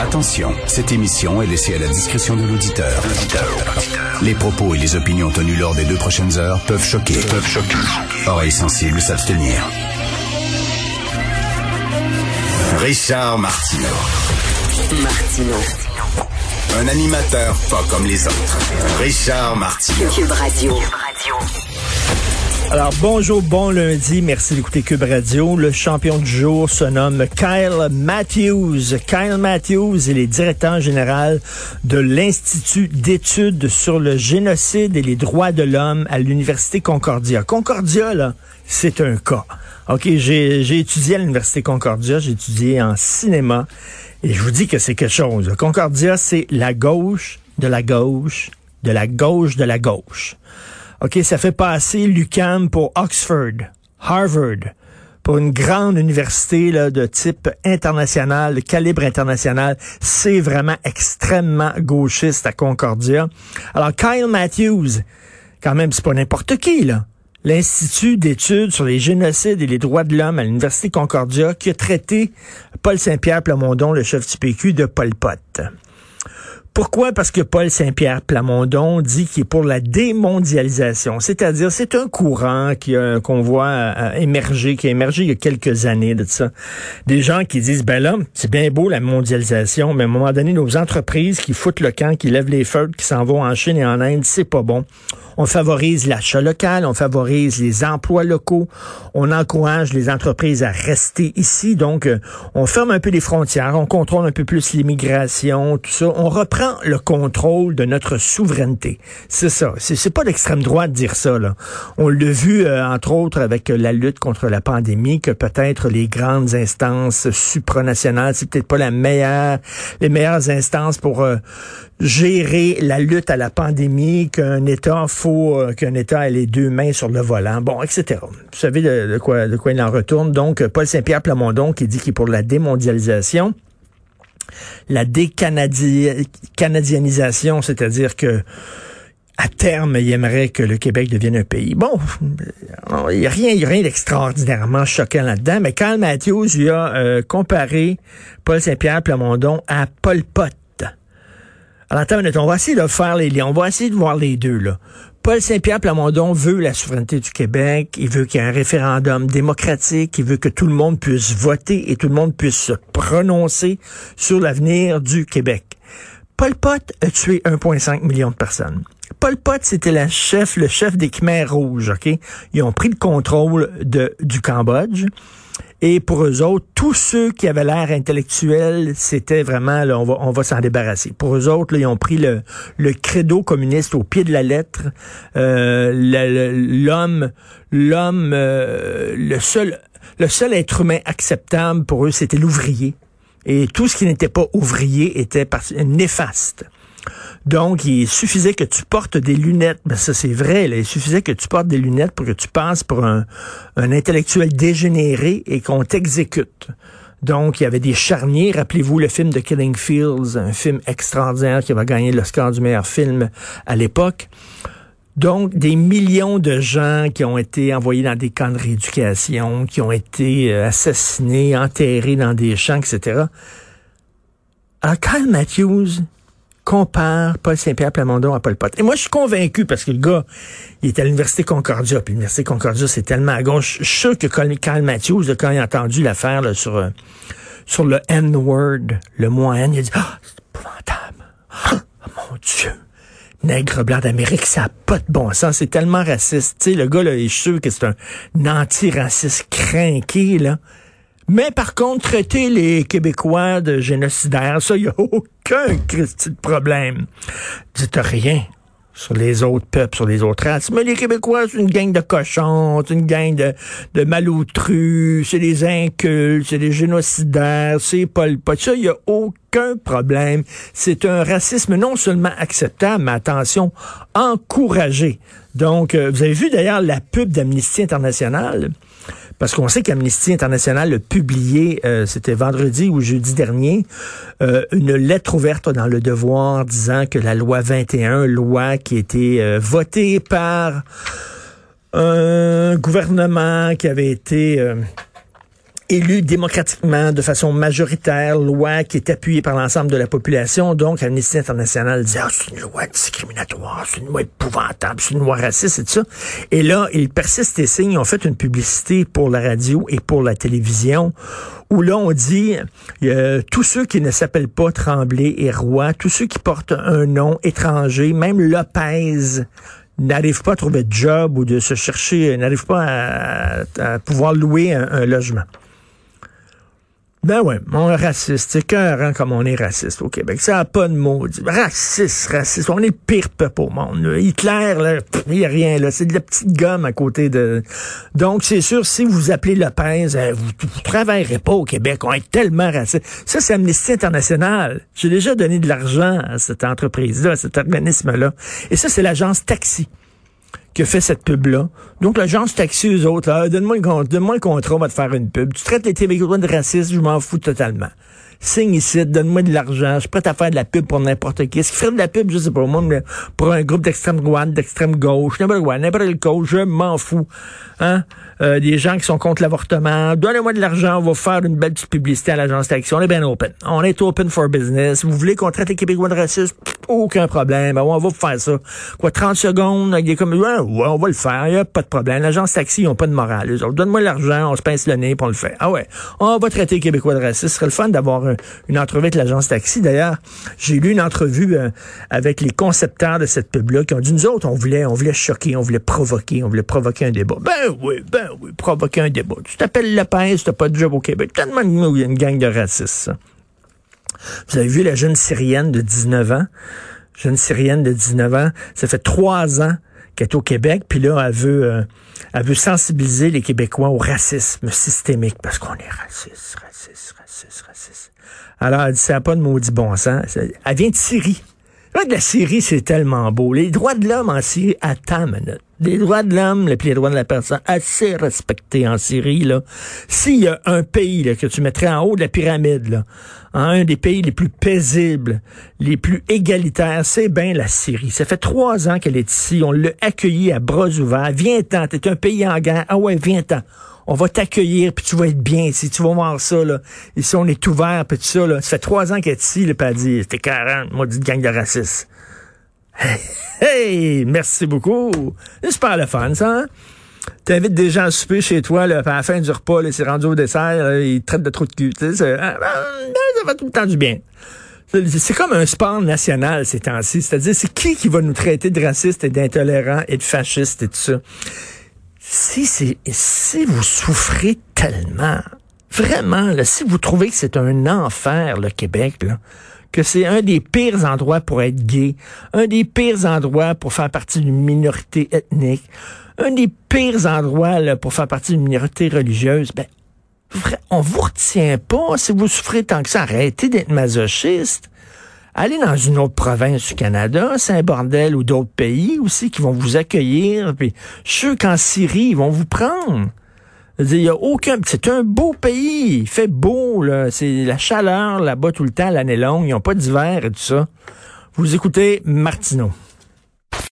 Attention, cette émission est laissée à la discrétion de l'auditeur. Les propos et les opinions tenues lors des 2 prochaines heures peuvent choquer. Oreilles sensibles s'abstenir. Richard Martineau. Un animateur pas comme les autres. Richard Martineau. Cube Radio. Alors, bonjour, bon lundi. Merci d'écouter Cube Radio. Le champion du jour se nomme Kyle Matthews. Kyle Matthews, il est directeur général de l'Institut d'études sur le génocide et les droits de l'homme à l'Université Concordia. Concordia, là, c'est un cas. OK, j'ai étudié à l'Université Concordia, j'ai étudié en cinéma, et je vous dis que c'est quelque chose. Concordia, c'est la gauche de la gauche de la gauche de la gauche. OK, ça fait passer l'UQAM pour Oxford, Harvard, pour une grande université là, de type international, de calibre international. C'est vraiment extrêmement gauchiste à Concordia. Alors, Kyle Matthews, quand même, c'est pas n'importe qui, là. L'Institut d'études sur les génocides et les droits de l'homme à l'Université Concordia, qui a traité Paul Saint-Pierre Plamondon, le chef du PQ, de Pol Pot. Pourquoi? Parce que Paul Saint-Pierre Plamondon dit qu'il est pour la démondialisation. C'est-à-dire, c'est un courant qu'on voit émerger, qui a émergé il y a quelques années de ça. Des gens qui disent, ben là, c'est bien beau la mondialisation, mais à un moment donné, nos entreprises qui foutent le camp, qui lèvent les feutres, qui s'en vont en Chine et en Inde, c'est pas bon. On favorise l'achat local, on favorise les emplois locaux, on encourage les entreprises à rester ici. Donc, on ferme un peu les frontières, on contrôle un peu plus l'immigration, tout ça. On reprend le contrôle de notre souveraineté. C'est ça. C'est pas l'extrême droite de dire ça, là. On l'a vu, entre autres, avec la lutte contre la pandémie, que peut-être les grandes instances supranationales, c'est peut-être pas les meilleures instances pour gérer la lutte à la pandémie, qu'un État ait les 2 mains sur le volant, bon, etc. Vous savez de quoi il en retourne. Donc, Paul Saint-Pierre Plamondon qui dit qu'il est pour la démondialisation, la décanadianisation, c'est-à-dire que à terme, il aimerait que le Québec devienne un pays. Bon, il n'y a rien d'extraordinairement choquant là-dedans, mais Kyle Matthews, il a comparé Paul Saint-Pierre Plamondon à Pol Pot. Alors, attends une minute, on va essayer de faire les liens. On va essayer de voir les deux, là. Paul Saint-Pierre Plamondon veut la souveraineté du Québec. Il veut qu'il y ait un référendum démocratique. Il veut que tout le monde puisse voter et tout le monde puisse se prononcer sur l'avenir du Québec. Pol Pot a tué 1,5 million de personnes. Pol Pot, c'était le chef des Khmers rouges, OK? Ils ont pris le contrôle du Cambodge. Et pour eux autres, tous ceux qui avaient l'air intellectuel, c'était vraiment, là, on va s'en débarrasser. Pour eux autres, là, ils ont pris le credo communiste au pied de la lettre. L'homme, le seul être humain acceptable pour eux, c'était l'ouvrier. Et tout ce qui n'était pas ouvrier était néfaste. Donc, il suffisait que tu portes des lunettes. Ben ça, c'est vrai. Là, il suffisait que tu portes des lunettes pour que tu passes pour un intellectuel dégénéré et qu'on t'exécute. Donc, il y avait des charniers. Rappelez-vous le film de Killing Fields, un film extraordinaire qui va gagner l'Oscar du meilleur film à l'époque. Donc, des millions de gens qui ont été envoyés dans des camps de rééducation, qui ont été assassinés, enterrés dans des champs, etc. Alors, Kyle Matthews compare Paul Saint-Pierre Plamondon à Pol Pot. Et moi, je suis convaincu, parce que le gars, il est à l'Université Concordia, puis l'Université Concordia, c'est tellement à gauche. Je suis sûr que Kyle Matthews, là, quand il a entendu l'affaire là, sur le N-word, le mot N, il a dit « Ah, c'est épouvantable! Oh, mon Dieu! Nègre blanc d'Amérique, ça n'a pas de bon sens. C'est tellement raciste. » Tu sais, le gars, là, je suis sûr que c'est un anti-raciste crinqué, là. Mais par contre, traiter les Québécois de génocidaires, ça, il n'y a aucun Christi de problème. Dites rien sur les autres peuples, sur les autres races. Mais les Québécois, c'est une gang de cochons, c'est une gang de malautrus, c'est des incultes, c'est des génocidaires, c'est Pol Pot. Ça, il n'y a aucun problème. C'est un racisme non seulement acceptable, mais attention, encouragé. Donc, vous avez vu d'ailleurs la pub d'Amnesty International. Parce qu'on sait qu'Amnesty International a publié, c'était vendredi ou jeudi dernier, une lettre ouverte dans Le Devoir disant que la loi 21, loi qui a été votée par un gouvernement qui avait été élu démocratiquement, de façon majoritaire, loi qui est appuyée par l'ensemble de la population. Donc, Amnesty International disait, c'est une loi discriminatoire, c'est une loi épouvantable, c'est une loi raciste et tout ça. Et là, ils persistent et signent. Ils ont fait une publicité pour la radio et pour la télévision où là, on dit, tous ceux qui ne s'appellent pas Tremblay et Roy, tous ceux qui portent un nom étranger, même Lopez, n'arrivent pas à trouver de job ou de se chercher, n'arrivent pas à pouvoir louer un logement. Ben ouais, on est raciste. C'est écœurant comme on est raciste au Québec. Ça n'a pas de mots. Raciste. On est le pire peuple au monde. Là. Hitler, là, il n'y a rien. Là. C'est de la petite gomme à côté de... Donc, c'est sûr, si vous appelez Lopez, vous ne travaillerez pas au Québec. On est tellement raciste. Ça, c'est Amnesty International. J'ai déjà donné de l'argent à cette entreprise-là, à cet organisme-là. Et ça, c'est l'agence Taxi qui a fait cette pub-là. Donc, l'agence Taxi, eux autres, là, donne-moi le contrat, on va te faire une pub. Tu traites les Québécois de racistes, je m'en fous totalement. Signe ici, donne-moi de l'argent, je suis prêt à faire de la pub pour n'importe qui. Est-ce qu'il ferait de la pub, je sais pas, moi, mais pour un groupe d'extrême droite, d'extrême gauche, n'importe quel coach, je m'en fous. Hein? Des gens qui sont contre l'avortement, donnez-moi de l'argent, on va faire une belle petite publicité à l'agence Taxi. On est bien open. On est open for business. Vous voulez qu'on traite les Québécois de racistes? Aucun problème. On va vous faire ça. Quoi, 30 secondes, avec des comme, ouais, on va le faire, y a pas de problème. L'agence Taxi, ils ont pas de morale. Eux autres, donne-moi l'argent, on se pince le nez, puis on le fait. Ah ouais, on va traiter les Québécois de racistes. Ce serait le fun d'avoir une entrevue avec l'agence Taxi. D'ailleurs, j'ai lu une entrevue avec les concepteurs de cette pub-là qui ont dit, nous autres, on voulait choquer, on voulait provoquer un débat. Ben oui, provoquer un débat. Tu t'appelles Lopez, t'as pas de job au Québec. Tellement il y a une gang de racistes, ça. Vous avez vu la jeune Syrienne de 19 ans? Ça fait 3 ans qu'elle est au Québec, puis là, elle veut sensibiliser les Québécois au racisme systémique, parce qu'on est raciste. Alors, elle dit, ça n'a pas de maudit bon sens. Elle vient de Syrie. De la Syrie, c'est tellement beau. Les droits de l'homme en Syrie, attends une minute. Les droits de l'homme, puis les droits de la personne, assez respectés en Syrie, là. S'il y a un pays, là, que tu mettrais en haut de la pyramide, là, un des pays les plus paisibles, les plus égalitaires, c'est bien la Syrie. Ça fait 3 ans qu'elle est ici. On l'a accueillie à bras ouverts. Viens-t'en, t'es un pays en guerre. Ah ouais, viens-t'en. On va t'accueillir, puis tu vas être bien ici. Tu vas voir ça, là. Ici, on est ouvert, puis tout ça, là. Ça fait 3 ans qu'elle est ici, là, puis elle dit, c'était 40, maudite gang de racistes. Hey, merci beaucoup. C'est super le fun, ça, hein? T'invites des gens à souper chez toi, là, puis à la fin du repas, là, c'est rendu au dessert, là, ils te traitent de trou de cul. Tu sais, ça fait tout le temps du bien. C'est comme un sport national ces temps-ci. C'est-à-dire, c'est qui va nous traiter de racistes et d'intolérants et de fascistes et tout ça? Si vous souffrez tellement, vraiment, là, si vous trouvez que c'est un enfer, le Québec, là, que c'est un des pires endroits pour être gay, un des pires endroits pour faire partie d'une minorité ethnique, un des pires endroits là, pour faire partie d'une minorité religieuse, ben, on vous retient pas si vous souffrez tant que ça. Arrêtez d'être masochiste. Allez dans une autre province du Canada, c'est un bordel, ou d'autres pays aussi qui vont vous accueillir. Puis je suis sûr qu'en Syrie, ils vont vous prendre. Il y a aucun. C'est un beau pays. Il fait beau, là. C'est la chaleur là-bas tout le temps, l'année longue. Ils n'ont pas d'hiver et tout ça. Vous écoutez Martineau.